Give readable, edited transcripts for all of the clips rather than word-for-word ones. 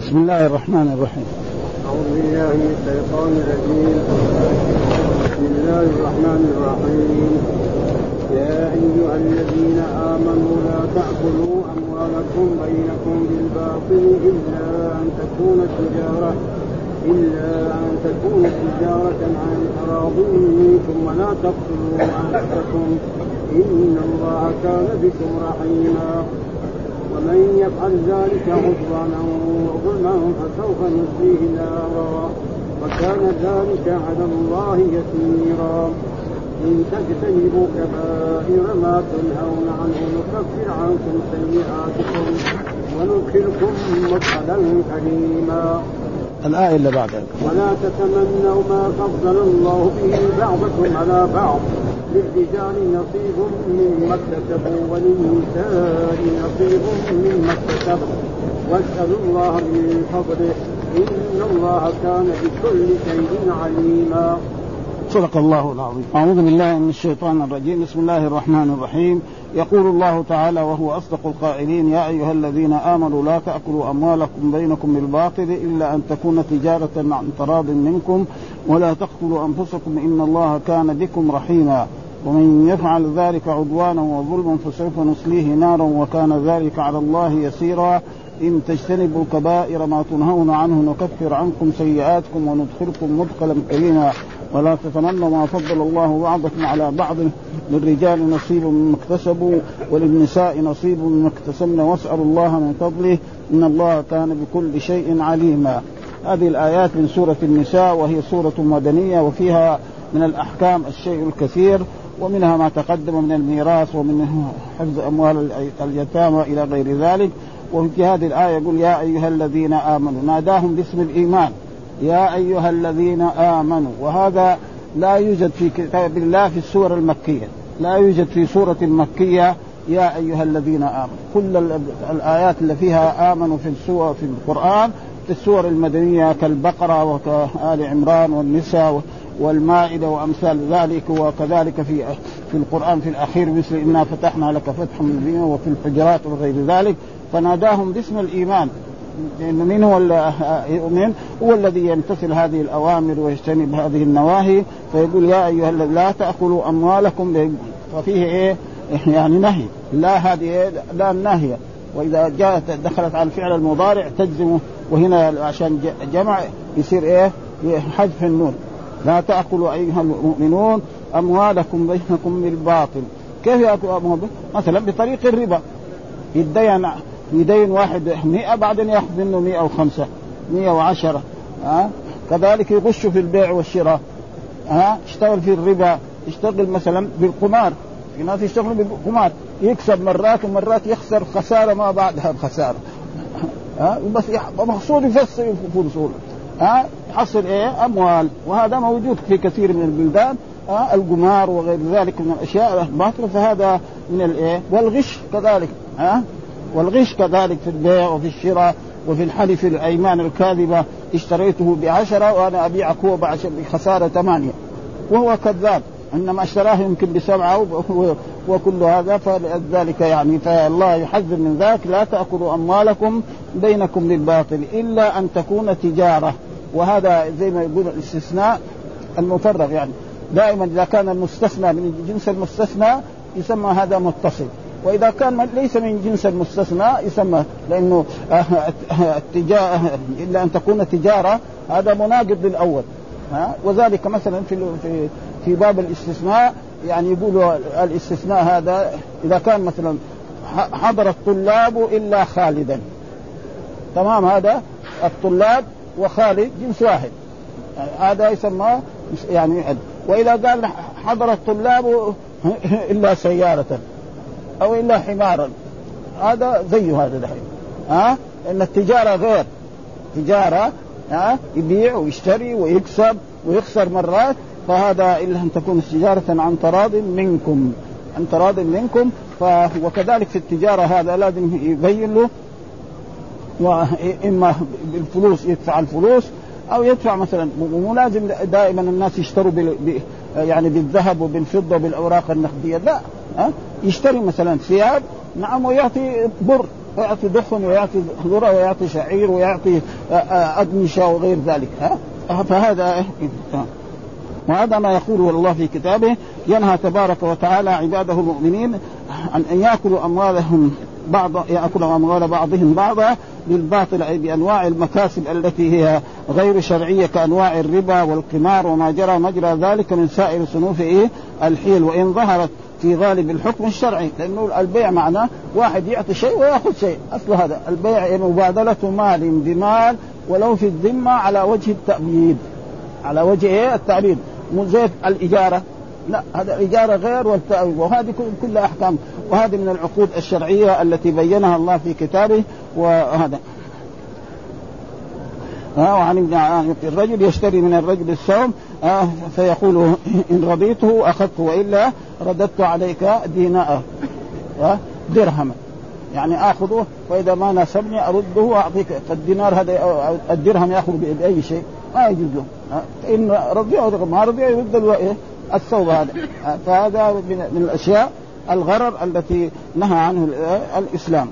بسم الله الرحمن الرحيم. أعوذ بالله من الشيطان الرجيم. بسم الله الرحمن الرحيم. يا أيها الذين آمنوا لا تأكلوا أموالكم بينكم بالباطل إلا أن تكون تجارة عن تراض منكم ولا تقتلوا أنفسكم إن الله كان بكم رحيما. ومن يفعل ذلك عدوانا وظلما فسوف نصليه نارا وكان ذلك على الله يسيرا. إن تجتنبوا كبائر ما تنهون عنه نكفر عنكم سيئاتكم وندخلكم مدخلا كريما. الآية اللي بعدها. ولا تتمنوا ما فضل الله به بعضكم على بعض للرجال نصيب مما اكتسبوا وللنساء نصيب مما اكتسبوا واسألوا الله من فضله إن الله كان بكل شيء عليما. صدق الله العظيم. أعوذ بالله من الشيطان الرجيم. بسم الله الرحمن الرحيم. يقول الله تعالى وهو أصدق القائلين: يا أيها الذين آمنوا لا تأكلوا أموالكم بينكم بالباطل إلا أن تكون تجارة عن تراض منكم ولا تقتلوا أنفسكم إن الله كان بكم رحيما. ومن يفعل ذلك عدوانا وظلما فسوف نصليه نارا وكان ذلك على الله يسيرا. إن تجتنبوا كبائر ما تنهون عنه نكفر عنكم سيئاتكم وندخلكم مدخلا كريما. ولا تتمنوا ما فضل الله بعضكم على بعض للرجال نصيب مما اكتسبوا وللنساء نصيب مما اكتسبن واسألوا الله من فضله إن الله كان بكل شيء عليما. هذه الآيات من سورة النساء وهي سورة مدنية وفيها من الأحكام الشيء الكثير ومنها ما تقدم من الميراث ومن حفظ أموال اليتامى إلى غير ذلك. وفي هذه الآية يقول: يا أيها الذين آمنوا، ناداهم باسم الإيمان، يا أيها الذين آمنوا. وهذا لا يوجد في كتاب الله في السور المكية، لا يوجد في سورة مكية يا أيها الذين آمنوا. كل الآيات اللي فيها آمنوا في السور في القرآن في السور المدنية كالبقرة وكآل عمران والنساء والمائدة وأمثال ذلك. وكذلك في القرآن في الأخير مثل إنا فتحنا لك فتحا مبينا وفي الحجرات وغير ذلك. فناداهم باسم الإيمان، لأن من هو يؤمن هو الذي يمتثل هذه الأوامر ويجتنب هذه النواهي. فيقول: يا أيها الذين لا تأكلوا أموالكم. ففيه إيه يعني نهي، لا هذه لا الناهية، وإذا جاءت دخلت على الفعل المضارع تجزمه، وهنا عشان جمع يصير إيه حذف النون. لا تأكلوا أيها المؤمنون أموالكم بينكم بالباطل. كيف يأكلوا أموالكم؟ مثلا بطريق الربا، يدين واحد 100 بعدين يأخذ منه 105 110. كذلك يغش في البيع والشراء، اشتغل في الربا، اشتغل مثلا بالقمار. في ناس يشتغلوا بالقمار يكسب مرات ومرات يخسر خسارة ما بعدها بخسارة، بس مقصود يفسر فلوسه، يحصل ايه أموال. وهذا موجود في كثير من البلدان، القمار وغير ذلك من الأشياء الباطلة. فهذا من الايه. والغش كذلك، والغش كذلك في البيع وفي الشراء وفي الحلف الأيمان الكاذبة، اشتريته ب10 وأنا أبيعك هو بخسارة 8 وهو كذاب، إنما اشتراه يمكن ب7 وكل هذا. فذلك يعني فالله يحذر من ذلك: لا تأكلوا أموالكم بينكم بالباطل إلا أن تكون تجارة. وهذا زي ما يقول الاستثناء المفرغ، يعني دائما إذا كان المستثنى من جنس المستثنى يسمى هذا متصل، وإذا كان ليس من جنس المستثنى يسمى، لأنه إلا أن تكون تجارة هذا مناقض للأول. وذلك مثلا في باب الاستثناء، يعني يقولوا الاستثناء هذا إذا كان مثلا حضر الطلاب إلا خالدا، تمام، هذا الطلاب وخالد جنس واحد، هذا يسمى يعني. وإذا قال حضر الطلاب إلا سيارة أو إلا حمارا، هذا زيه هذا دحين. إن التجارة غير تجارة، يبيع ويشتري ويكسب ويخسر مرات. فهذا إلا أن تكون تجارة عن تراض منكم، عن تراض منكم. وكذلك في التجارة هذا لازم يبين له، وإما بالفلوس يدفع الفلوس أو يدفع مثلا. مو لازم دائما الناس يشتروا يعني بالذهب وبالفضة وبالأوراق النقدية، لا، يشتري مثلا ثياب، نعم، ويعطي بر ويعطي دخن ويعطي ذرة ويعطي شعير ويعطي أدمشة وغير ذلك. فهذا وهذا ما يقوله الله في كتابه: ينهى تبارك وتعالى عباده المؤمنين عن أن يأكلوا أموالهم يأكلوا أموال بعضهم بعضا بالباطل، أي بأنواع المكاسب التي هي غير شرعية كأنواع الربا والقمار وما جرى مجرى ذلك من سائر صنوف الحيل، وإن ظهرت في غالب الحكم الشرعي، لأنه البيع معناه واحد يعطي شيء ويأخذ شيء. أصل هذا البيع مبادلة مال بمال ولو في الذمة على وجه التأبيد، على وجه التأبيد، مو زي الإجارة، لا، هذا الإجارة غير والتأبيد، وهذه كلها أحكام، وهذه من العقود الشرعية التي بينها الله في كتابه. وهذا وعن ابن عامر: الرجل يشتري من الرجل السوم فيقول إن رضيته أخذته وإلا رددت عليك ديناء درهما، يعني آخذه وإذا ما ناسبني أرده وأعطيك. فالدينار هذا الدرهم يأخذ بأي شيء ما يجوز له، إن رضيه ما رضيه يرد الثوب هذا. فهذا من الأشياء الغرر التي نهى عنه الإسلام.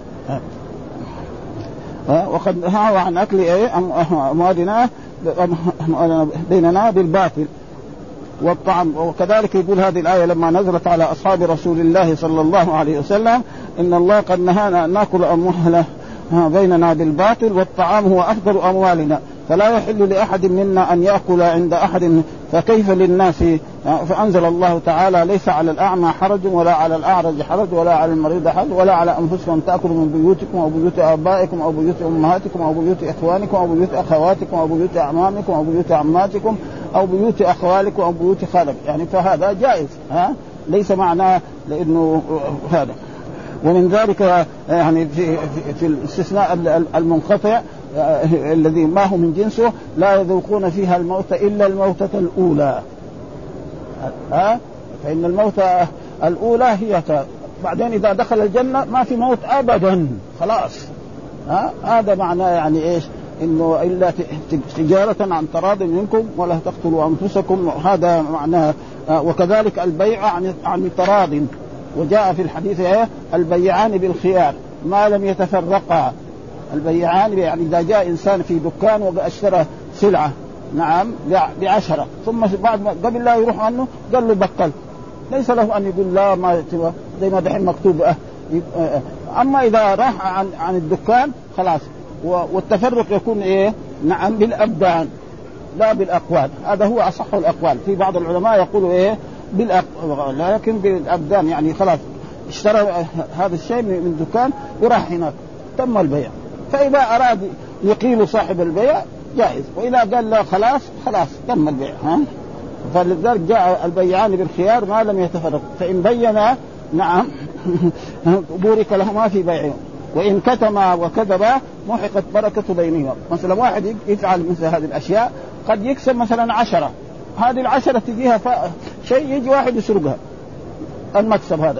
وقد نهى عن أكل أموالنا بيننا بالباطل والطعام. وكذلك يقول هذه الآية لما نزلت على أصحاب رسول الله صلى الله عليه وسلم: إن الله قد نهانا أن نأكل أموالنا بيننا بالباطل والطعام هو أفضل أموالنا، فلا يحل لأحد منا أن يأكل عند أحد، فكيف للناس؟ فأنزل الله تعالى: ليس على الأعمى حرج ولا على الأعرج حرج ولا على المريض حرج ولا على أنفسكم تأكلوا من بيوتكم أو بيوت آبائكم أو بيوت أمهاتكم أو بيوت إخوانكم أو بيوت أخواتكم أو بيوت أعمامكم أو بيوت عماتكم أو بيوت أخوالكم أو بيوت خالك، يعني فهذا جائز، ليس معناه لأنه هذا. ومن ذلك يعني في الاستثناء المنقطع الذي ما هو من جنسه: لا يذوقون فيها الموت إلا الموتة الأولى. فإن الموتة الأولى هي بعدين إذا دخل الجنة ما في موت أبدا خلاص. هذا معناه يعني إيش؟ إنه إلا تجارة عن تراض منكم ولا تقتلوا أنفسكم، هذا معناه. وكذلك البيع عن تراض، وجاء في الحديث البيعان بالخيار ما لم يتفرقا. البيعان يعني إذا جاء إنسان في دكان واشترى سلعة ب10 ثم بعد قبل لا يروح عنه قال له بطل، ليس له أن يقول لا ما زي ما دحين مكتوب. أما إذا راح عن الدكان خلاص. والتفرق يكون بالأبدان لا بالأقوال، هذا هو أصح الأقوال. في بعض العلماء يقولوا لكن بالأبدان، يعني خلاص اشترى هذا الشيء من دكان وراح هناك تم البيع. فإذا أراد يقيل صاحب البيع جائز، وإذا قال لا خلاص تم البيع. فلذلك جاء البيعان بالخيار ما لم يتفرق، فإن بينا بورك لهما في بيعهم، وإن كتما وكذبا محقت بركة بينهما. مثلا واحد يفعل مثل هذه الأشياء قد يكسب مثلا 10، هذه 10 تجيها شيء يجي واحد يسرقها المكسب هذا.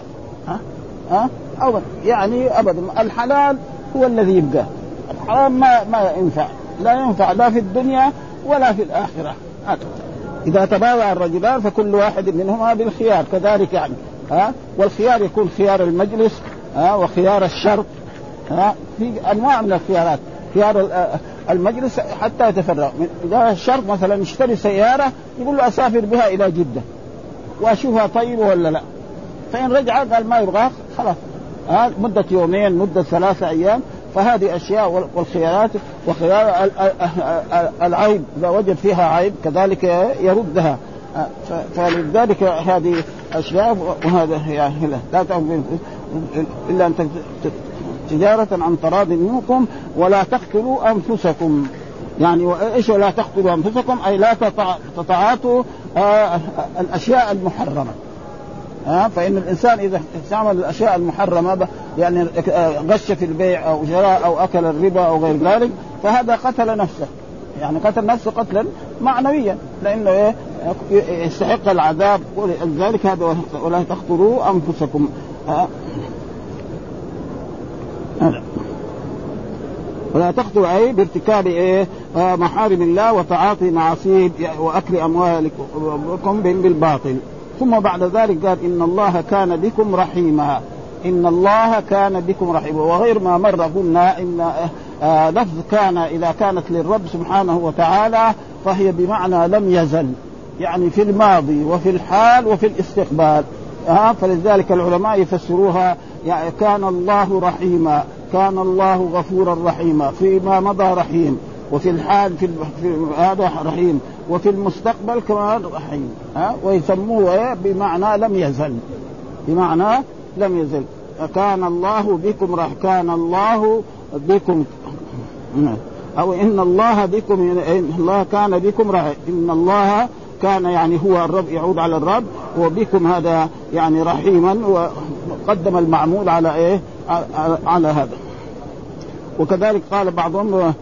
يعني أبدا الحلال هو الذي يبقى، الحرام ما ينفع، لا ينفع لا في الدنيا ولا في الآخرة. إذا تبايع الرجلان فكل واحد منهما بالخيار كذلك، يعني والخيار يكون خيار المجلس وخيار الشرط. في أنواع من الخيارات. خيار المجلس حتى يتفرق. إذا الشرط مثلا يشتري سيارة يقول له أسافر بها إلى جدة وأشوفها طيبة ولا لا، فإن رجع قال ما يبغى خلاص مدة يومين مدة 3 أيام. فهذه أشياء. والخيارات وخيار العيب إذا وجد فيها عيب كذلك يردها. فلذلك هذه أشياء. وهذا يعني لا تعمل إلا أن تجارة عن تراض منكم ولا تقتلوا أنفسكم. يعني وإيش ولا تقتلوا أنفسكم؟ أي لا تتعاطوا الأشياء المحرمة. فإن الإنسان إذا استعمل الأشياء المحرمة يعني غش في البيع أو جراء أو أكل الربا أو غير ذلك فهذا قتل نفسه، يعني قتل نفسه قتلا معنويا، لأنه يستحق العذاب. ولذلك هذا ولا تقتلوا أنفسكم. ولا تقتلوا أي بارتكاب محارم الله وتعاطي معاصيه وأكل أموالكم بالباطل. ثم بعد ذلك قال إن الله كان بكم رحيما. إن الله كان بكم رحيما. وغير ما مر قلنا إن لفظ كان إذا كانت للرب سبحانه وتعالى فهي بمعنى لم يزل، يعني في الماضي وفي الحال وفي الاستقبال. فلذلك العلماء يفسروها يعني كان الله رحيما، كان الله غفورا رحيما، فيما مضى رحيم، وفي الحال في هذا رحيم، وفي المستقبل كمان رحيم. ويسموه بمعنى لم يزل، بمعنى لم يزل. كان الله بكم كان الله بكم، أو إن الله بكم، إن الله كان بكم رحيم. إن الله كان يعني هو الرب، يعود على الرب، وبكم هذا يعني رحيما، وقدم المعمول على إيه على هذا. وكذلك قال بعضهم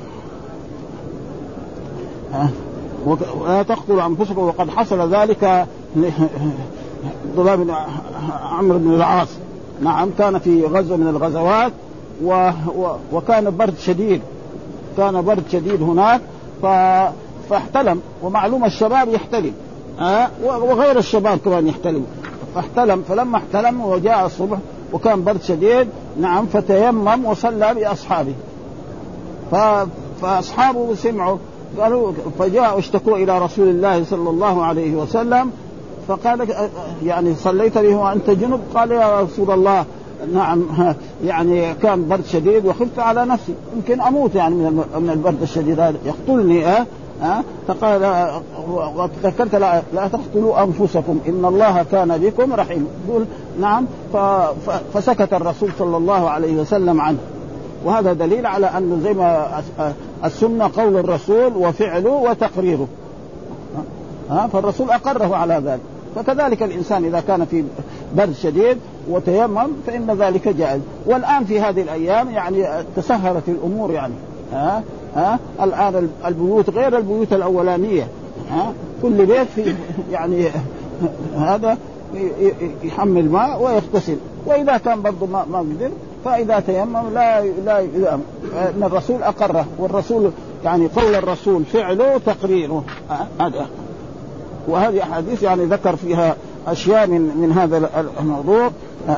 ولا تقتلوا أنفسكم، وقد حصل ذلك ضرب بن عمرو بن العاص. نعم كان في غزوة من الغزوات وكان برد شديد، كان برد شديد هناك فاحتلم، ومعلوم الشباب يحتلم وغير الشباب كمان يحتلم، فاحتلم. فلما احتلم وجاء الصبح وكان برد شديد نعم فتيمم وصلى بأصحابه، فأصحابه سمعوا قالوا فجاءوا اشتكوا إلى رسول الله صلى الله عليه وسلم، فقال يعني صليت به وأنت جنب؟ قال يا رسول الله نعم يعني كان برد شديد وخفت على نفسي يمكن أموت يعني من البرد الشديد هذا يقتلني. فقال وذكرت لا تقتلوا أنفسكم إن الله كان بكم رحيم. يقول نعم فسكت الرسول صلى الله عليه وسلم عنه. وهذا دليل على أنه زي ما السنة قول الرسول وفعله وتقريره، فالرسول أقره على ذلك. فكذلك الإنسان إذا كان في برد شديد وتيمم فإن ذلك جائز. والآن في هذه الأيام يعني تسهرت الأمور، يعني الآن البيوت غير البيوت الأولانية، كل بيت في يعني هذا يحمل ماء ويغتسل، وإذا كان برضو ما قدر فإذا تيمم لا إن الرسول أقره، والرسول يعني قول الرسول فعله تقريره هذا. وهذه أحاديث يعني ذكر فيها أشياء من هذا الموضوع.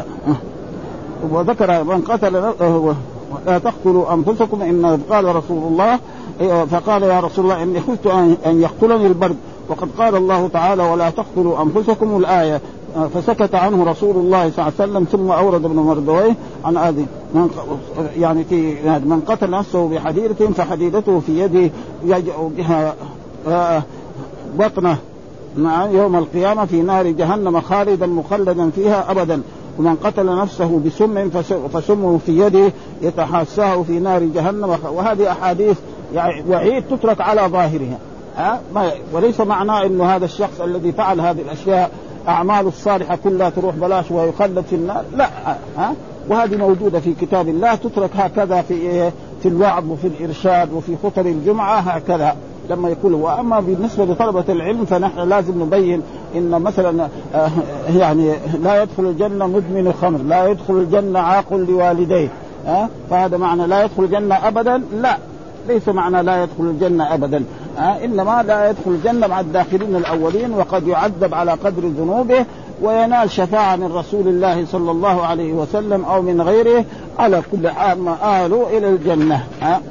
وذكر من قتل لا تقتلوا أنفسكم إن قال رسول الله، فقال يا رسول الله إني خفت أن يقتلني البرد، وقد قال الله تعالى ولا تقتلوا أنفسكم الآية، فسكت عنه رسول الله صلى الله عليه وسلم. ثم أورد ابن مردويه عن هذه يعني من قتل نفسه بحديدة فحديدته في يده يجأ بها بطنه يوم القيامة في نار جهنم خالدا مخلدا فيها أبدا. ومن قتل نفسه بسم فسمه في يده يتحاساه في نار جهنم. وهذه أحاديث يعني وعيد تترك على ظاهرها، وليس معناه إنه هذا الشخص الذي فعل هذه الأشياء أعماله الصالحة كلها تروح بلاش ويخلد في النار، لا. وهذه موجودة في كتاب الله تترك هكذا في الوعظ وفي الإرشاد وفي خطب الجمعة هكذا لما يقول. وأما بالنسبة لطلبة العلم فنحن لازم نبين إن مثلا يعني لا يدخل الجنة مدمن الخمر، لا يدخل الجنة عاق لوالديه، فهذا معنى لا يدخل الجنة أبدا؟ لا، ليس معنى لا يدخل الجنة أبدا، إنما لا يدخل الجنة مع الداخلين الأولين، وقد يعذب على قدر ذنوبه وينال شفاعة من رسول الله صلى الله عليه وسلم أو من غيره. على كل حال ما آلوا إلى الجنة.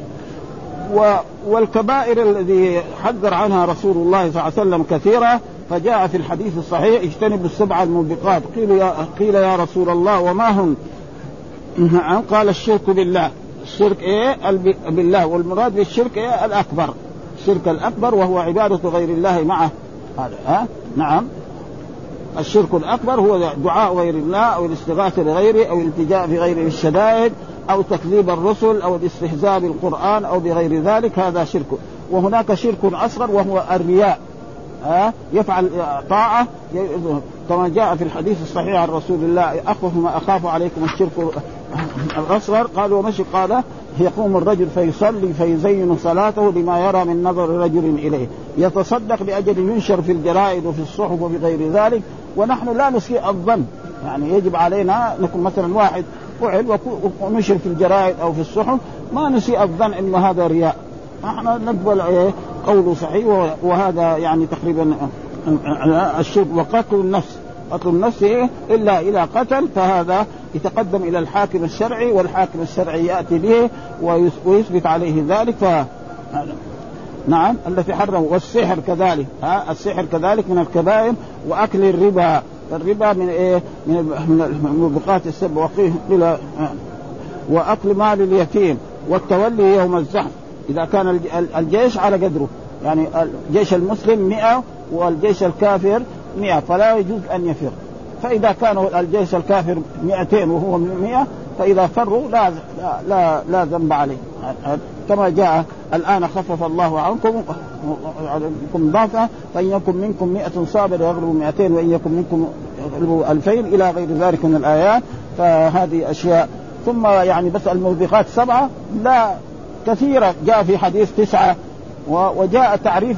والكبائر الذي حذر عنها رسول الله صلى الله عليه وسلم كثيرة، فجاء في الحديث الصحيح اجتنبوا السبع الموبقات. قيل يا رسول الله وما هم؟ قال الشرك بالله. الشرك بالله، والمراد بالشرك الأكبر، الشرك الأكبر وهو عبادة غير الله معه. نعم الشرك الأكبر هو دعاء غير الله أو الاستغاثة لغيره أو الالتجاء بغيره الشدائد أو تكذيب الرسل أو الاستهزاء بالقرآن أو بغير ذلك، هذا شرك. وهناك شرك أصغر وهو الرياء، يفعل طاعة كما جاء في الحديث الصحيح عن رسول الله أخوف ما أخاف عليكم الشرك الأصغر. قالوا ومشي؟ قال يقوم الرجل فيصلي فيزين صلاته لما يرى من نظر رجل إليه، يتصدق بأجل ينشر في الجرائد وفي الصحف وبغير ذلك. ونحن لا نسيء الظن، يعني يجب علينا نكون مثلا واحد فعل ونشر في الجرائد أو في الصحف ما نسيء الظن إن هذا رياء، احنا نقبل قوله صحيح. وهذا يعني تقريبا الشرك. وقتل النفس، قتل النفس إلا إلى قتل، فهذا يتقدم إلى الحاكم الشرعي، والحاكم الشرعي يأتي به ويثبت عليه ذلك. نعم التي حرم. والسحر كذلك، السحر كذلك من الكبائر. وأكل الربا من إيه؟ من بقات السب وأكل مال اليتيم، والتولي يوم الزحف إذا كان الجيش على قدره، يعني الجيش المسلم 100 والجيش الكافر 100 فلا يجوز أن يفر. فإذا كان الجيش الكافر 200 وهو 100 فإذا فروا لا ذنب عليه، كما جاء الآن خفف الله عنكم ضعفا فإن يكن منكم 100 صابر يغلب 200 وإن يكن منكم يغلب 2000 إلى غير ذلك من الآيات. فهذه أشياء. ثم يعني بس الموبقات 7 لا كثيرة، جاء في حديث 9. وجاء تعريف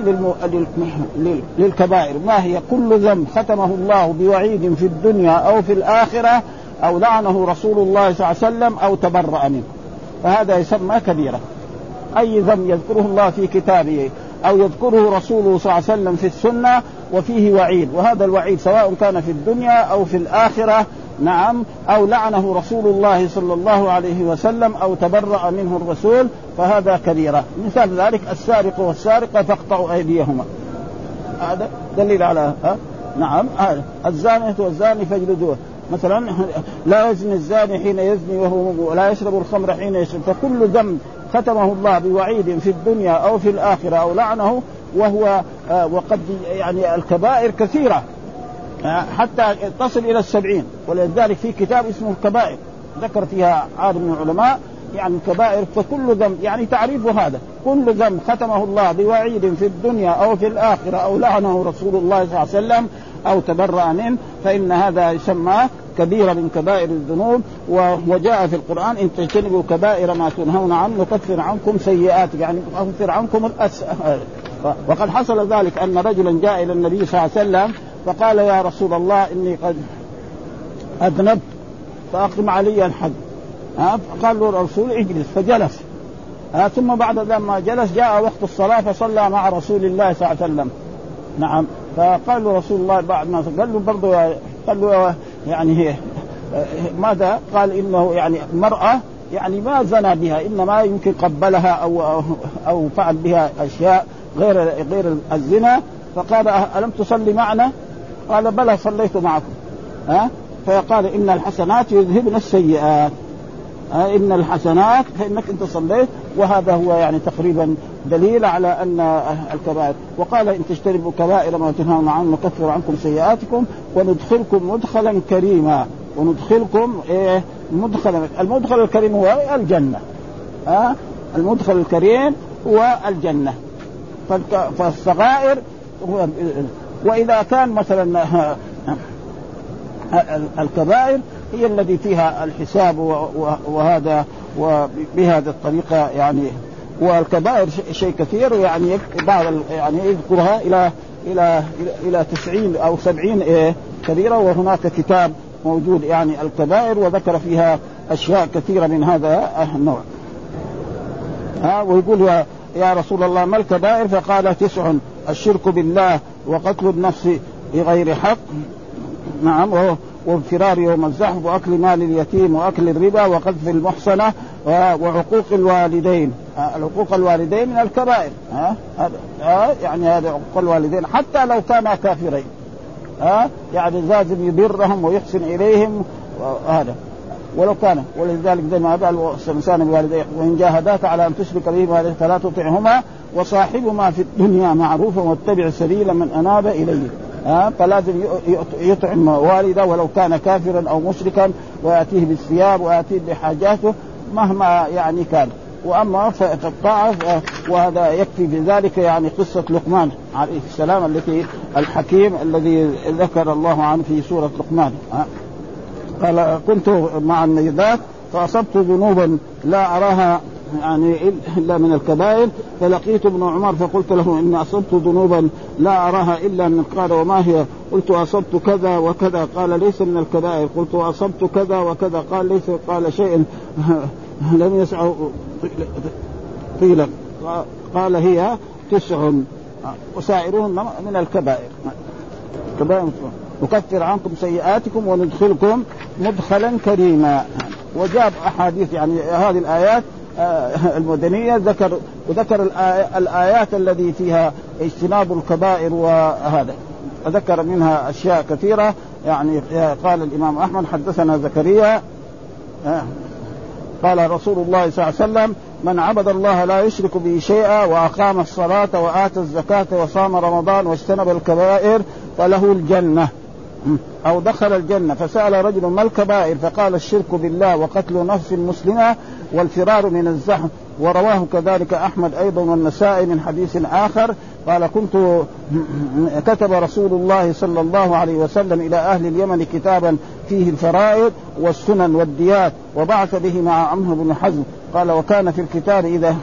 للكبائر ما هي: كل ذنب ختمه الله بوعيد في الدنيا أو في الآخرة أو لعنه رسول الله صلى الله عليه وسلم أو تبرأ منه، فهذا يسمى كبيرة. أي ذنب يذكره الله في كتابه أو يذكره رسوله صلى الله عليه وسلم في السنة وفيه وعيد، وهذا الوعيد سواء كان في الدنيا أو في الآخرة، نعم، أو لعنه رسول الله صلى الله عليه وسلم أو تبرأ منه الرسول، فهذا كبيرة. مثال ذلك: السارق والسارقة فاقطعوا أيديهما، هذا دليل على نعم. الزانية والزاني فاجلدوه. مثلا لا يزني الزاني حين يزني ولا يشرب الخمر حين يشرب. فكل ذنب ختمه الله بوعيد في الدنيا أو في الآخرة أو لعنه وهو وقد يعني الكبائر كثيرة حتى تصل إلى 70. ولذلك في كتاب اسمه الكبائر ذكر فيها عالم من العلماء يعني الكبائر. فكل ذنب يعني تعريف هذا: كل ذنب ختمه الله بوعيد في الدنيا أو في الآخرة أو لعنه رسول الله صلى الله عليه وسلم أو تبرأ منه فإن هذا يسمى كبيرة من كبائر الذنوب. وجاء في القرآن: إن تجتنبوا كبائر ما تنهون عنه نكفر عنكم سيئات، يعني نكفر عنكم وقد حصل ذلك أن رجلا جاء إلى النبي صلى الله عليه وسلم فقال: يا رسول الله إني قد أذنبت فأقم علي الحد. قال له الرسول: اجلس. فجلس. ثم بعد لما جلس جاء وقت الصلاة فصلى مع رسول الله صلى الله عليه وسلم. نعم. فقال له رسول الله بعد ما قال له برضه قال له يعني هي ماذا؟ قال إنه يعني مرأة يعني ما زنى بها، إنما يمكن قبلها أو فعل بها أشياء غير الزنا. فقال: ألم تصلي معنا؟ قال: بلى صليت معكم. فقال: إن الحسنات يذهبن السيئات، إن الحسنات فإنك أنت صليت. وهذا هو يعني تقريبا دليل على أن الكبائر. وقال: إن تجتنبوا كبائر ما تنهون عنه نكفر عنكم سيئاتكم وندخلكم مدخلا كريما. وندخلكم مدخلا، المدخل الكريم هو الجنة. المدخل الكريم هو الجنة. فالصغائر وإذا كان مثلا الكبائر هي التي فيها الحساب وهذا وبهذا الطريقة يعني. والكبائر شيء كثير يعني بعض يعني يذكرها إلى 90 أو 70 كبيرة. وهناك كتاب موجود يعني الكبائر وذكر فيها أشياء كثيرة من هذا النوع. ويقول: يا رسول الله ما الكبائر؟ فقال: 9: الشرك بالله وقتل النفس بغير حق، نعم، وانفرار يوم الزحف وأكل مال اليتيم وأكل الربا وقذف المحصنة وعقوق الوالدين. العقوق الوالدين من الكبائر. يعني هذا عقوق الوالدين حتى لو كانا كافرين، يعني لازم يبرهم ويحسن إليهم هذا ولو كان. ولذلك زي ما قال: الإنسان بوالديه وإن جاهداك على أن تشرك به فلا تطعهما وصاحبهما في الدنيا معروفا واتبع سبيل من أناب إليه. فلازم يطعم والده ولو كان كافرا أو مشركا ويأتيه بالثياب ويأتيه بحاجاته مهما يعني كان. وأما فالطاعة وهذا يكفي بذلك. يعني قصة لقمان عليه السلام التي الحكيم الذي ذكر الله عنه في سورة لقمان. قال: كنت مع النجدات فأصبت ذنوبا لا أراها يعني إلا من الكبائر فلقيت ابن عمر فقلت له: إن أصبت ذنوبا لا أراها إلا من. قال: وما هي؟ قلت: أصبت كذا وكذا. قال: ليس من الكبائر. قلت: أصبت كذا وكذا. قال: ليس. قال: شيء لم يسعه طيلا. قال: هي 9 وسائرهن من الكبائر. كبائر نكفر عنكم سيئاتكم وندخلكم مدخلا كريما. وجاب أحاديث يعني هذه الآيات المدنية وذكر الآيات التي فيها اجتناب الكبائر، وهذا ذكر منها أشياء كثيرة. يعني قال الإمام أحمد حدثنا زكريا قال رسول الله صلى الله عليه وسلم من عبد الله لا يشرك به شيئا وأقام الصلاة وآتى الزكاة وصام رمضان واجتنب الكبائر فله الجنة أو دخل الجنة. فسأل رجل ما الكبائر فقال الشرك بالله وقتل نفس مسلمة والفرار من الزحف. ورواه كذلك أحمد أيضا والنسائي من حديث آخر قال كتب رسول الله صلى الله عليه وسلم إلى أهل اليمن كتابا فيه الفرائض والسنن والديات وبعث به مع عمرو بن حزم قال وكان في الكتاب إذا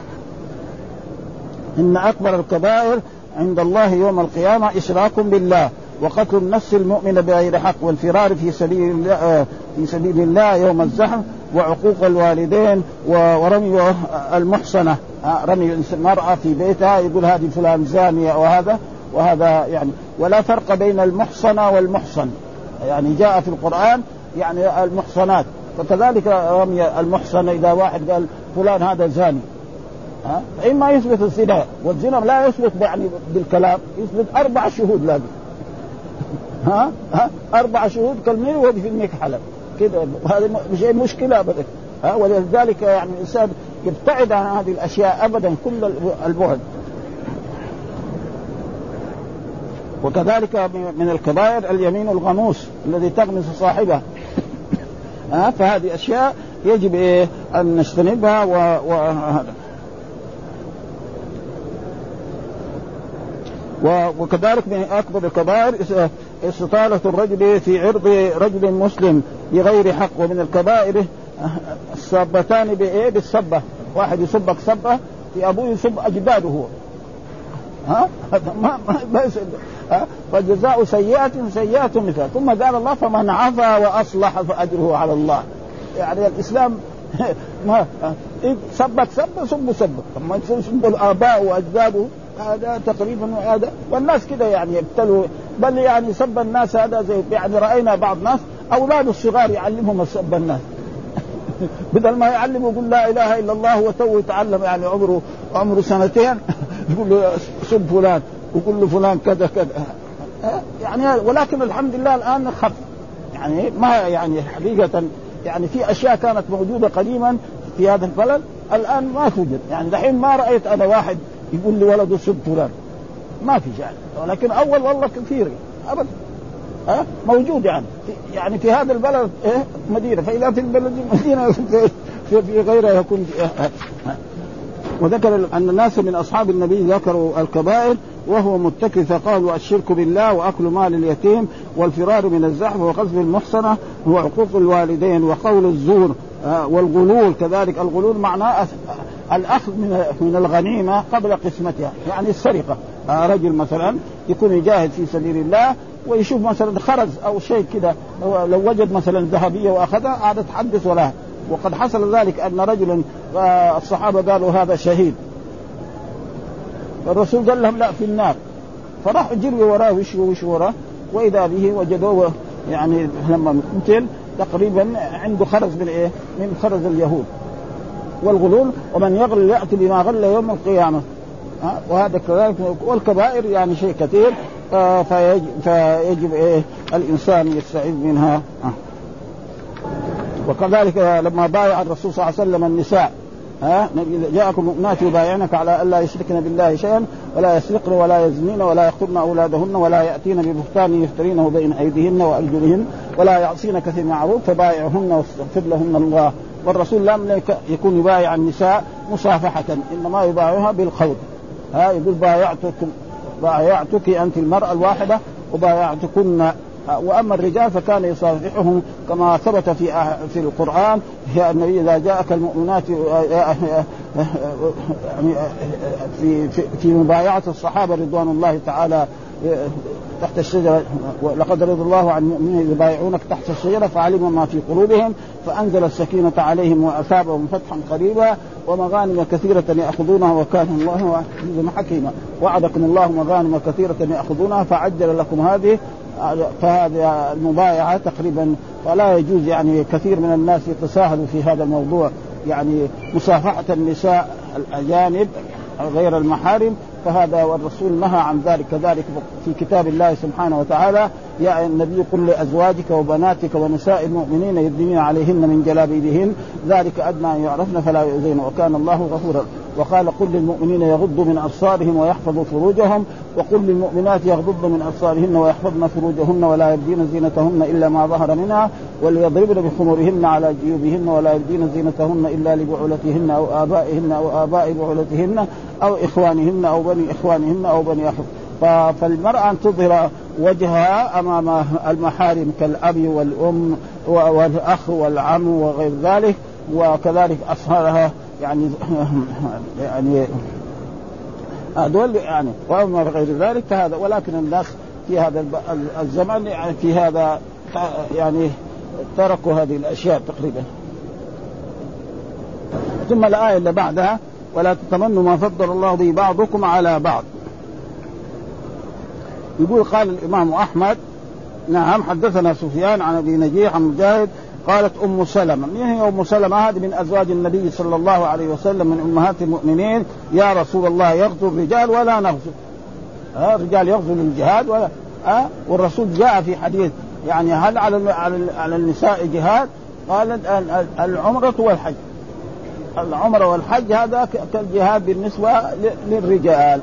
إن أكبر الكبائر عند الله يوم القيامة إشراك بالله وقتل النفس المؤمن بغير حق والفرار في سبيل الله يوم الزحف وعقوق الوالدين ورمي المحصنة رمي المرأة في بيتها يقول هذه فلان زانية وهذا يعني ولا فرق بين المحصنة والمحصن يعني جاء في القرآن يعني المحصنات. فكذلك رمي المحصنة إذا واحد قال فلان هذا زاني فإما يثبت الزنا والزنا لا يثبت يعني بالكلام يثبت 4 شهود لازم 4 شهود كالمين وهو في المكحلة كده وهذا مش مشكلة أبدا ولذلك يعني الإنسان يبتعد عن هذه الأشياء أبدا كل البعد. وكذلك من الكبائر اليمين الغموس الذي تغمس صاحبه فهذه أشياء يجب أن نجتنبها وهذا. وكذلك من أكبر الكبائر استطالة الرجل في عرض رجل مسلم بغير حق. ومن الكبائر الصبتان بالصبة واحد يصبك صبة في أبوه يصب أجداده هو ما فجزاء سيئة مثل. ثم قال الله فمن عفا وأصلح فأجره على الله. يعني الإسلام ما سبك سبك ثم يسب الآباء وأجداده هذا تقريبا هذا والناس كده يعني يبتلوا بل يعني سب الناس هذا زي يعني رأينا بعض الناس أولاد الصغار يعلمهم سب الناس بدل ما يعلموا يقول لا إله إلا الله وتو يتعلم يعني عمره 2 سنين يقول له سب فلان ويقول له فلان كذا يعني. ولكن الحمد لله الآن خف يعني ما يعني حقيقة يعني في أشياء كانت موجودة قديما في هذا البلد الآن ما توجد. يعني دحين ما رأيت أنا واحد يقول لي ولده سب فلان ما في شيء. ولكن أول والله كثير أبدا موجود يعني في هذا البلد مدينة فإذا في البلد مدينة في غيرها يكون وذكر أن الناس من أصحاب النبي ذكروا الكبائر وهو متكل فقالوا الشرك بالله وأكل مال اليتيم والفرار من الزحف وقذف المحصنة وعقوق الوالدين وقول الزور والغلول. كذلك الغلول معناه الأخذ من الغنيمة قبل قسمتها يعني السرقة. رجل مثلا يكون يجاهد في سبيل الله ويشوف مثلا خرز أو شيء كده لو وجد مثلا ذهبية وأخذها عادت تحدث ولا. وقد حصل ذلك أن رجلا الصحابة قالوا هذا شهيد الرسول قال لهم لا في النار فراحوا جروا وراه ويشوا وراه وإذا به وجدوه يعني لما قتل تقريبا عنده خرز من خرز اليهود. والغلول ومن يغل يأتي بما غل يوم القيامة وهذا كذلك. والكبائر يعني شيء كثير فيجب الإنسان يستعيذ منها. وكذلك لما بايع الرسول صلى الله عليه وسلم النساء جاءكم مؤمنات يبايعنك على ألا يشركن بالله شيئا ولا يسرقن ولا يزنين ولا يقتلن أولادهن ولا يأتين ببهتان يفترينه بين أيديهن وأرجلهن ولا يعصينك في معروف فبايعهن واستغفر لهن الله. والرسول لم يكون يبايع النساء مصافحة إنما يبايعها بالقول يقول بايعتك أنت المرأة الواحدة وبايعتكن. وأما الرجال فكان يصافحهم كما ثبت في القرآن يا النبي إذا جاءك المؤمنات في مبايعة الصحابة رضوان الله تعالى تحت الشجرة لقد رضي الله عن المؤمنين يبايعونك تحت الشجرة فعلم ما في قلوبهم فأنزل السكينة عليهم وأثابهم فتحا قريبا ومغانم كثيرة يأخذونها وكان الله عزيزا حكيما. وعدكم الله مغانم كثيرة يأخذونها فعجل لكم هذه فهذا المبايعة تقريبا، فلا يجوز يعني كثير من الناس يتساهلوا في هذا الموضوع، يعني مصافحة النساء الأجانب غير المحارم، فهذا والرسول نهى عن ذلك. كذلك في كتاب الله سبحانه وتعالى: يا النبي قل لأزواجك وبناتك ونساء المؤمنين يدنين عليهن من جلابيبهن ذلك أدنى أن يعرفن فلا يؤذين وكان الله غفورا. وقال: قل للمؤمنين يغضوا من أبصارهم ويحفظوا فروجهم وقل للمؤمنات يغضضن من أبصارهن ويحفظن فروجهن ولا يبدين زينتهن إلا ما ظهر منها وليضربن بخمورهن على جيوبهن ولا يبدين زينتهن إلا لبعولتهن أو آبائهن أو آباء بعولتهن أو إخوانهن أو بني إخوانهن أو بني أخ. فالمرأة أن تظهر وجهها أمام المحارم كالأب والأم والأخ والعم وغير ذلك، وكذلك أصهارها يعني هذول يعني وما غير ذلك فهذا. ولكن الناس في هذا الزمن يعني في هذا يعني تركوا هذه الأشياء تقريبا. ثم الآية اللي بعدها: ولا تتمنوا ما فضل الله به بعضكم على بعض. يقول قال الإمام أحمد: نعم حدثنا سفيان عن أبي نجيح عن مجاهد قالت أم سلمة. من هي أم سلمة؟ هذه من أزواج النبي صلى الله عليه وسلم من أمهات المؤمنين: يا رسول الله يغزو الرجال ولا نغزو؟ الرجال يغزو للجهاد ولا والرسول جاء في حديث يعني هل على النساء جهاد؟ قال العمرة والحج. العمرة والحج هذا كالجهاد بالنسبة للرجال.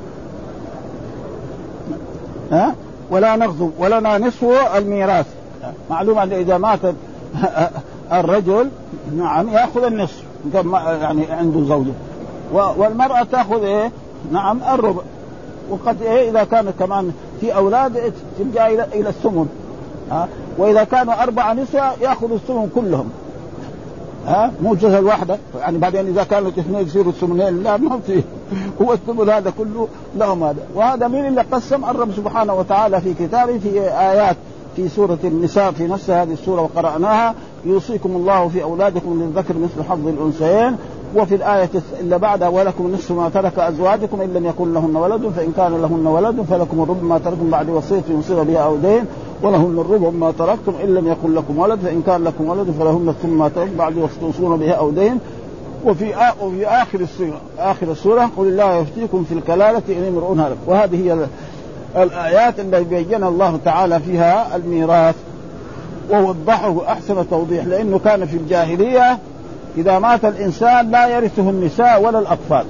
ولا نغزو ولنا نصف الميراث. معلوم أن إذا مات الرجل نعم يأخذ النصف يعني عنده زوجة، والمرأة تأخذ نعم الربع. وقد إذا كانت كمان في أولاد ترجع إلى الثمن. وإذا كانوا 4 نسوة يأخذوا الثمن كلهم. مو جزء الواحدة يعني. بعدين إذا كانوا 2 يصيروا الثمنين، لا ما فيه، هو الثمن هذا كله لهم هذا. وهذا مين اللي قسم؟ الرب سبحانه وتعالى في كتابه في آيات في سورة النساء في نفس هذه السورة وقرأناها: يوصيكم الله في أولادكم للذكر مثل حظ الأنثيين. وفي الآية اللي بعدها: ولكم نصف ما ترك أزواجكم إن لم يكن لهن ولد فإن كان لهن ولد فلكم الربع ما تركتم بعد وصية يوصي بها أو دين ولهن الربع ما تركتم إن لم يكن لكم ولد فإن كان لكم ولد فلهن الثمن ما تركتم بعد وصية توصون بها أو دين. وفي آخر السورة: قل الله يفتيكم في الكلالة إن امرؤ هلك. وهذه هي الآيات التي بيّن الله تعالى فيها الميراث ووضحه أحسن توضيح. لأنه كان في الجاهلية إذا مات الإنسان لا يرثه النساء ولا الأطفال.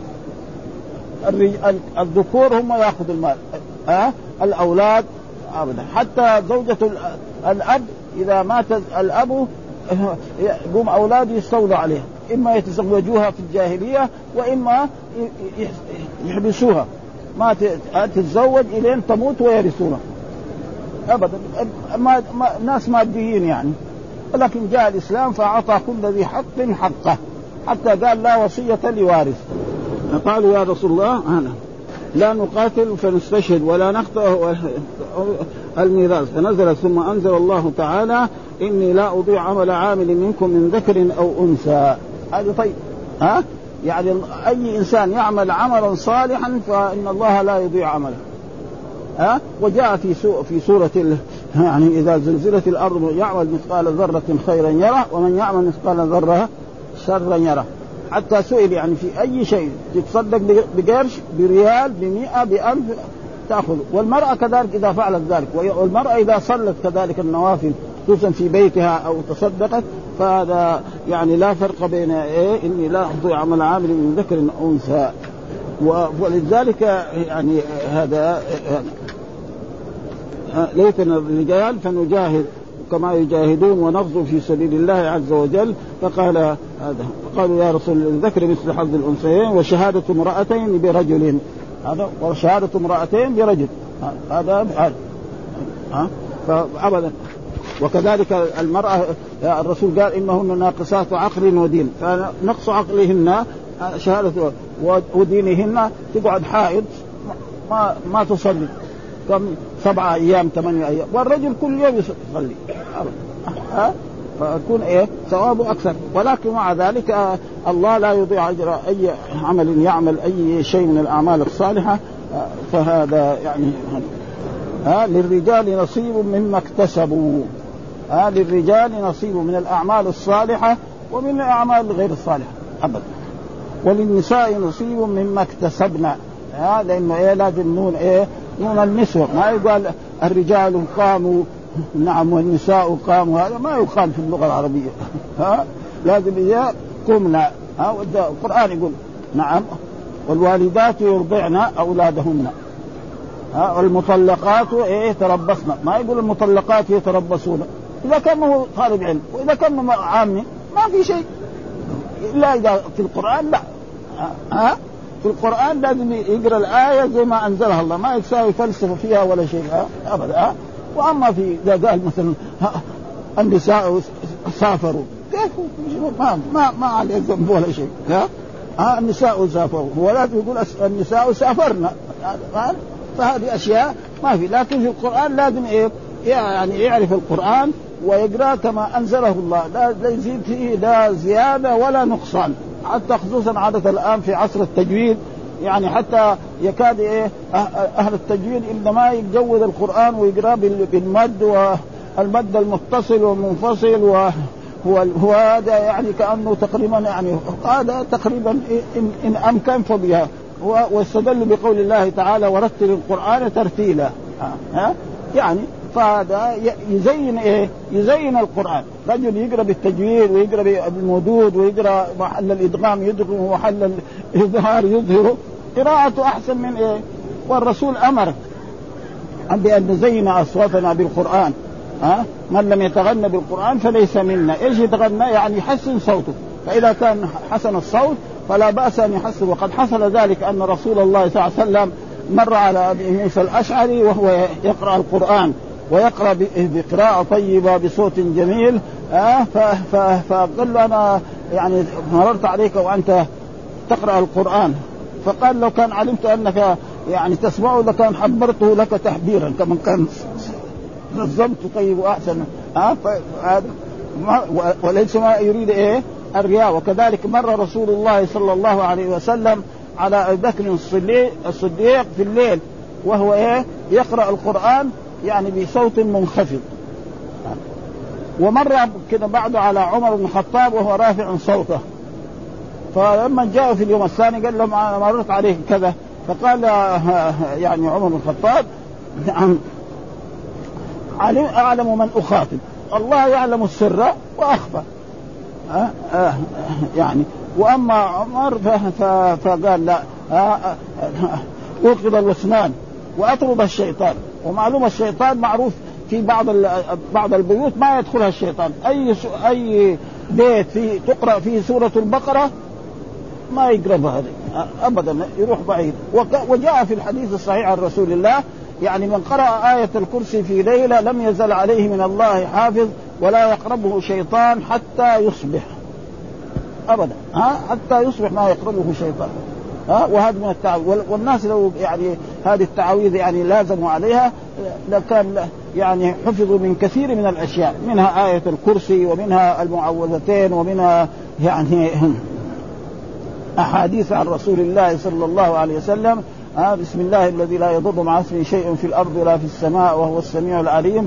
الذكور هم يأخذ المال، الأولاد أبدا. حتى زوجة الأب إذا مات الأب يقوم أولاده يستولوا عليها، إما يتزوجوها في الجاهلية وإما يحبسوها ما تتزوج إلين تموت ويرثونها أبدا. ناس ماديين يعني. ولكن جاء الإسلام فأعطى كل ذي حق حقه، حتى قال: لا وصية لوارث. قالوا: يا رسول الله لا نقاتل فنستشهد ولا نقطع الميراث. فنزل: ثم أنزل الله تعالى: إني لا أضيع عمل عامل منكم من ذكر أو أنثى. هذا طيب يعني أي إنسان يعمل عملا صالحا فإن الله لا يضيع عمله. وجاء في سورة يعني إذا زلزلت الأرض يعمل مثقال ذرة خيرا يره ومن يعمل مثقال ذرة شرا يره. حتى سئل يعني في أي شيء تتصدق بقرش بريال ب100 ب1000 تأخذ. والمرأة كذلك إذا فعلت ذلك. والمرأة إذا صلت كذلك النوافل خصوصا في بيتها أو تصدقت فهذا يعني لا فرق بين إني لا أضيع عمل عامل من ذكر أو أنثى. ولذلك يعني هذا ليتنا الرجال فنجاهد كما يجاهدون ونغزو في سبيل الله عز وجل. فقال هذا قالوا: يا رسول الله ذكر مثل حظ الأنثيين وشهادة امرأتين برجل. هذا وشهادة امرأتين برجل هذا فأبدا. وكذلك المرأة الرسول قال: إنهن ناقصات عقل ودين. فنقص عقلهن شهادة ودينهن تقعد حائض ما تصلي كم 7 أيام 8 أيام. والرجل كل يوم يصلي فيكون ثوابه أكثر. ولكن مع ذلك الله لا يضيع أجر أي عمل يعمل أي شيء من الأعمال الصالحة. فهذا يعني للرجال نصيب مما اكتسبوا. للرجال نصيب من الأعمال الصالحة ومن الأعمال غير الصالحة أبدا. وللنساء نصيب مما اكتسبنا. لأنه لازم نون النسوة، ما يقال الرجال قاموا نعم والنساء قاموا، هذا ما يقال في اللغة العربية. لازم قمنا. القرآن يقول نعم والوالدات يرضعن أولادهن، والمطلقات تربصن، ما يقول المطلقات يتربصون. إذا كان طالب علم وإذا كان عامي ما في شيء، إلا إذا في القرآن لا. في القرآن لازم يقرأ الآية زي ما أنزلها الله، ما يساوي فلسفة فيها ولا شيء أبدا. وأما في إذا قال مثلا النساء سافروا، كيف ما عليه ذنب ولا شيء. النساء سافروا، هو لازم يقول النساء سافرنا، فهذه أشياء ما في. لكن في القرآن لازم يعني يعرف القرآن ويقرأ كما أنزله الله، لا يزيد فيه لا زيادة ولا نقصان. حتى خصوصا عادة الآن في عصر التجويد، يعني حتى يكاد أهل التجويد إنما يجود القرآن ويقرأ بالمد والمد المتصل والمنفصل، هو هذا يعني كأنه تقريبا يعني هذا تقريبا إن أمكن فبها. واستدل بقول الله تعالى ورتل القرآن ترتيلا. يعني فهذا يزين القرآن. رجل يقرأ بالتجويد ويقرأ بالمدود ويقرأ محل الإدغام يدغم ومحل الإظهار يظهر، قراءته أحسن من والرسول أمر بأن نزين أصواتنا بالقرآن. من لم يتغنى بالقرآن فليس منا. إيش يتغنى؟ يعني يحسن صوته، فإذا كان حسن الصوت فلا بأس أن يحسن. وقد حصل ذلك أن رسول الله صلى الله عليه وسلم مر على أبي موسى الأشعري وهو يقرأ القرآن ويقرأ بقراءة طيبة بصوت جميل، فقال له أنا يعني مررت عليك وأنت تقرأ القرآن، فقال لو كان علمت أنك يعني تسمعه لكان حبرته لك تحبيرا، كمن كان نظمت طيب وأحسن. وليس ما يريد الرياء. وكذلك مر رسول الله صلى الله عليه وسلم على أبي بكر الصديق في الليل وهو يقرأ القرآن يعني بصوت منخفض، ومر كده بعده على عمر بن الخطاب وهو رافع صوته. فلما جاء في اليوم الثاني قال لهم أنا مررت عليه كذا، فقال يعني عمر بن الخطاب نعم أعلم من أخاطب، الله يعلم السر وأخفى. يعني وأما عمر فقال لا أوقظ الوثنان وأطرد الشيطان. ومعلوم الشيطان معروف في بعض البيوت ما يدخلها الشيطان. أي بيت تقرأ فيه سورة البقرة ما يقرب هذا أبدا، يروح بعيد. وجاء في الحديث الصحيح عن رسول الله يعني من قرأ آية الكرسي في ليلة لم يزل عليه من الله حافظ ولا يقربه شيطان حتى يصبح أبدا. حتى يصبح ما يقربه شيطان. وهذا من التعويذ. والناس لو يعني هذه التعويذ يعني لازموا عليها لكان يعني حفظوا من كثير من الأشياء، منها آية الكرسي ومنها المعوذتين ومنها يعني أحاديث عن رسول الله صلى الله عليه وسلم. بسم الله الذي لا يضر مع اسمه شيء في الأرض ولا في السماء وهو السميع العليم.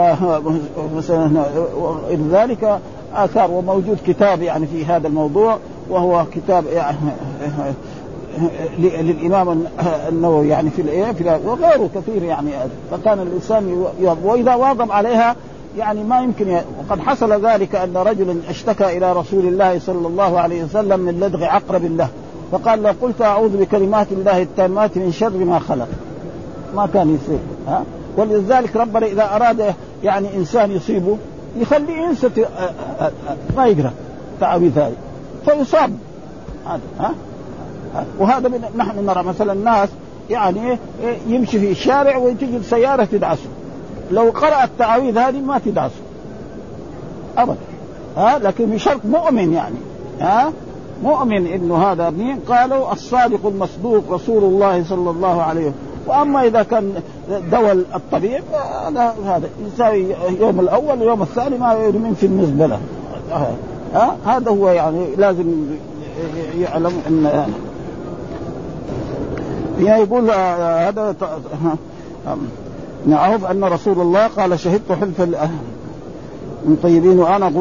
ذلك آثار. وموجود كتاب يعني في هذا الموضوع وهو كتاب يعني للإمام النووي يعني في وغيره كثير يعني. فكان الإنسان وإذا واظب عليها يعني ما يمكن. وقد حصل ذلك أن رجل اشتكى إلى رسول الله صلى الله عليه وسلم من لدغ عقرب له، فقال له قلت أعوذ بكلمات الله التامات من شر ما خلق، ما كان يصيب. ولذلك ربنا إذا أراد يعني إنسان يصيبه يخليه ينسى ما يقرأ تعويذ هذه فيصاب. وهذا نحن نرى مثلا الناس يعني يمشي في الشارع وتجي السيارة تدعسه، لو قرأ التعويذ هذه ما تدعسه أبدا. لكن بشرط مؤمن يعني مؤمن إنه هذا مين قالوا الصادق المصدوق رسول الله صلى الله عليه وسلم. وأما إذا كان دول الطبيب هذا يساوي يوم الأول ويوم الثاني ما يرمين في المزبلة. هذا هو يعني لازم يعلم أن يعني يقول هذا بن عوف أن رسول الله قال شهدت حلف من طيبين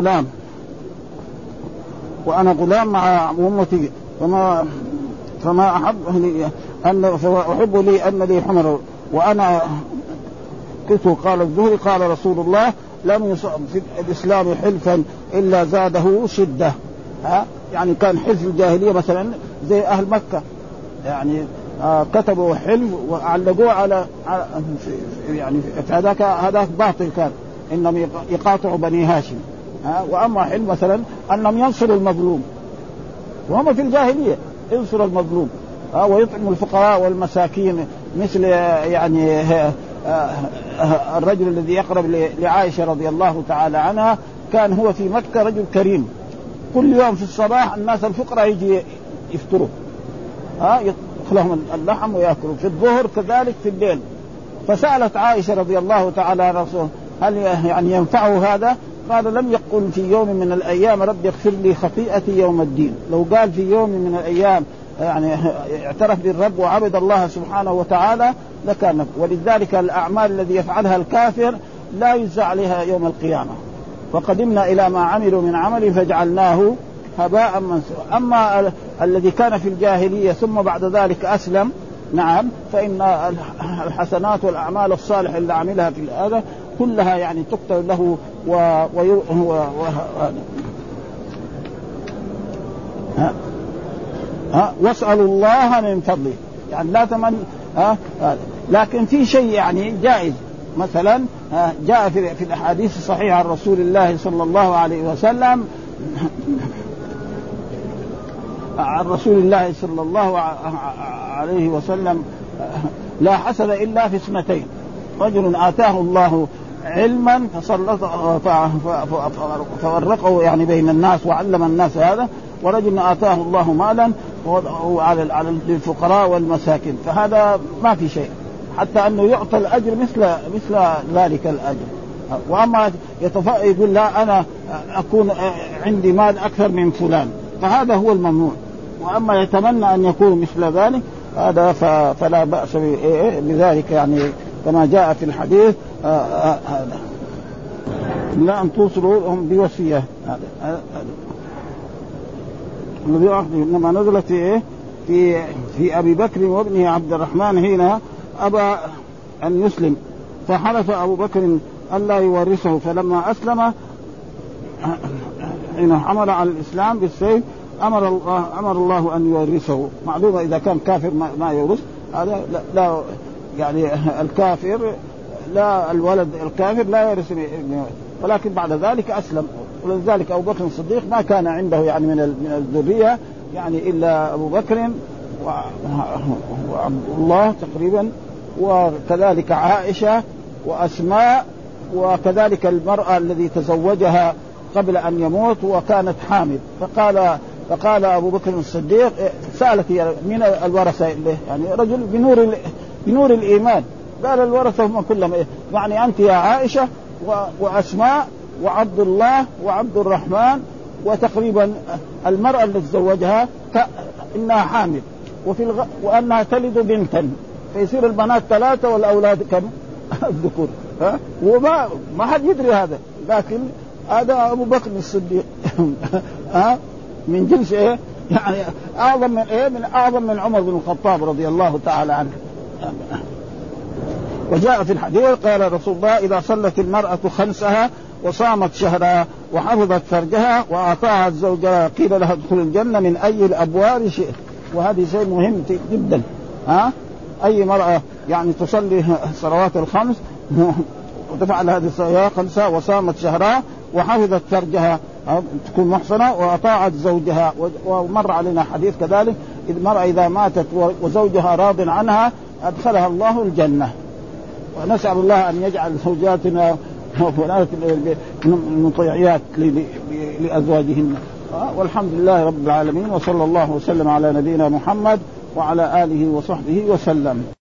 وأنا غلام مع أمتي فما أحب لي أن لي حمر وأنا قلت. قال الزهري قال رسول الله لم يصب في الإسلام حلفا إلا زاده شدة. يعني كان حلف الجاهلية مثلا زي أهل مكة يعني كتبوا حلف وعلقوه على يعني هذاك باطل كان إنهم يقاطعوا بني هاشم. وأما حلف مثلا أنهم ينصروا المظلوم وهم في الجاهلية ينصروا المظلوم ويطعموا الفقراء والمساكين مثل يعني الرجل الذي يقرب لعائشة رضي الله تعالى عنها كان هو في مكة رجل كريم كل يوم في الصباح الناس الفقراء يجي يفطروا يدخلهم اللحم ويأكلوا في الظهر كذلك في الليل. فسألت عائشة رضي الله تعالى عنها هل يعني ينفعه هذا؟ قال لم يقل في يوم من الأيام رب يغفر لي خطيئتي يوم الدين. لو قال في يوم من الأيام يعني اعترف بالرب وعبد الله سبحانه وتعالى لكان. ولذلك الأعمال الذي يفعلها الكافر لا يجزى عليها يوم القيامة. فقدمنا إلى ما عملوا من عمل فجعلناه هباء منثورا. أما الذي كان في الجاهلية ثم بعد ذلك أسلم نعم فإن الحسنات والأعمال الصالحة اللي عملها في هذا كلها يعني تكتب له واسألوا الله من فضله يعني لا تمن لكن في شيء يعني جائز مثلا جاء في الأحاديث الصحيحة عن رسول الله صلى الله عليه وسلم عن رسول الله صلى الله عليه وسلم لا حسد إلا في اثنتين رجل آتاه الله علما ففرقه يعني بين الناس وعلم الناس هذا ورجل آتاه الله مالا على الفقراء والمساكين فهذا ما في شيء حتى أنه يعطى الأجر مثل ذلك الأجر. وأما يقول لا أنا أكون عندي مال أكثر من فلان فهذا هو الممنوع. وأما يتمنى أن يكون مثل ذلك هذا فلا بأس بذلك يعني كما جاء في الحديث هذا لا أن توصلوا بوصية هذا إنما نزلت في أبي بكر وابنه عبد الرحمن حين أبى أن يسلم فحلف أبو بكر أن لا يورثه فلما أسلم حين حمل على الإسلام بالسيف أمر الله أن يورثه. معلومة إذا كان كافر ما يورث هذا لا يعني الكافر لا الولد الكافر لا يرث ولكن بعد ذلك أسلم. ولذلك أبو بكر الصديق ما كان عنده يعني من الذرية يعني إلا أبو بكر وعبد الله تقريبا وكذلك عائشة وأسماء وكذلك المرأة الذي تزوجها قبل أن يموت وكانت حامل. فقال أبو بكر الصديق سألت من الورثة يعني رجل بنور الإيمان قال الورثة هم كلهم يعني أنت يا عائشة وأسماء وعبد الله وعبد الرحمن وتقريبا المرأة التي تزوجها إنها حامل وأنها تلد بنتا فيصير البنات 3 والأولاد كم الذكور وما حد يدري هذا لكن هذا أبو بكر الصديق من جنس يعني أعظم من عمر بن الخطاب رضي الله تعالى عنه. وجاء في الحديث قال رسول الله إذا صلت المرأة خمسها وصامت شهرها وحفظت فرجها وأطاعت زوجها قيل لها ادخل الجنة من أي الأبواب شئت. وهذه شيء مهم جدا أي مرأة يعني تصلي الصلوات الخمس وتفعل هذه الصلوات خمسة وصامت شهرها وحفظت فرجها تكون محصنة وأطاعت زوجها. ومر علينا حديث كذلك المرأة إذا ماتت وزوجها راض عنها أدخلها الله الجنة. ونسأل الله أن يجعل زوجاتنا وفلات المطيعيات لأزواجهن. والحمد لله رب العالمين وصلى الله وسلم على نبينا محمد وعلى آله وصحبه وسلم.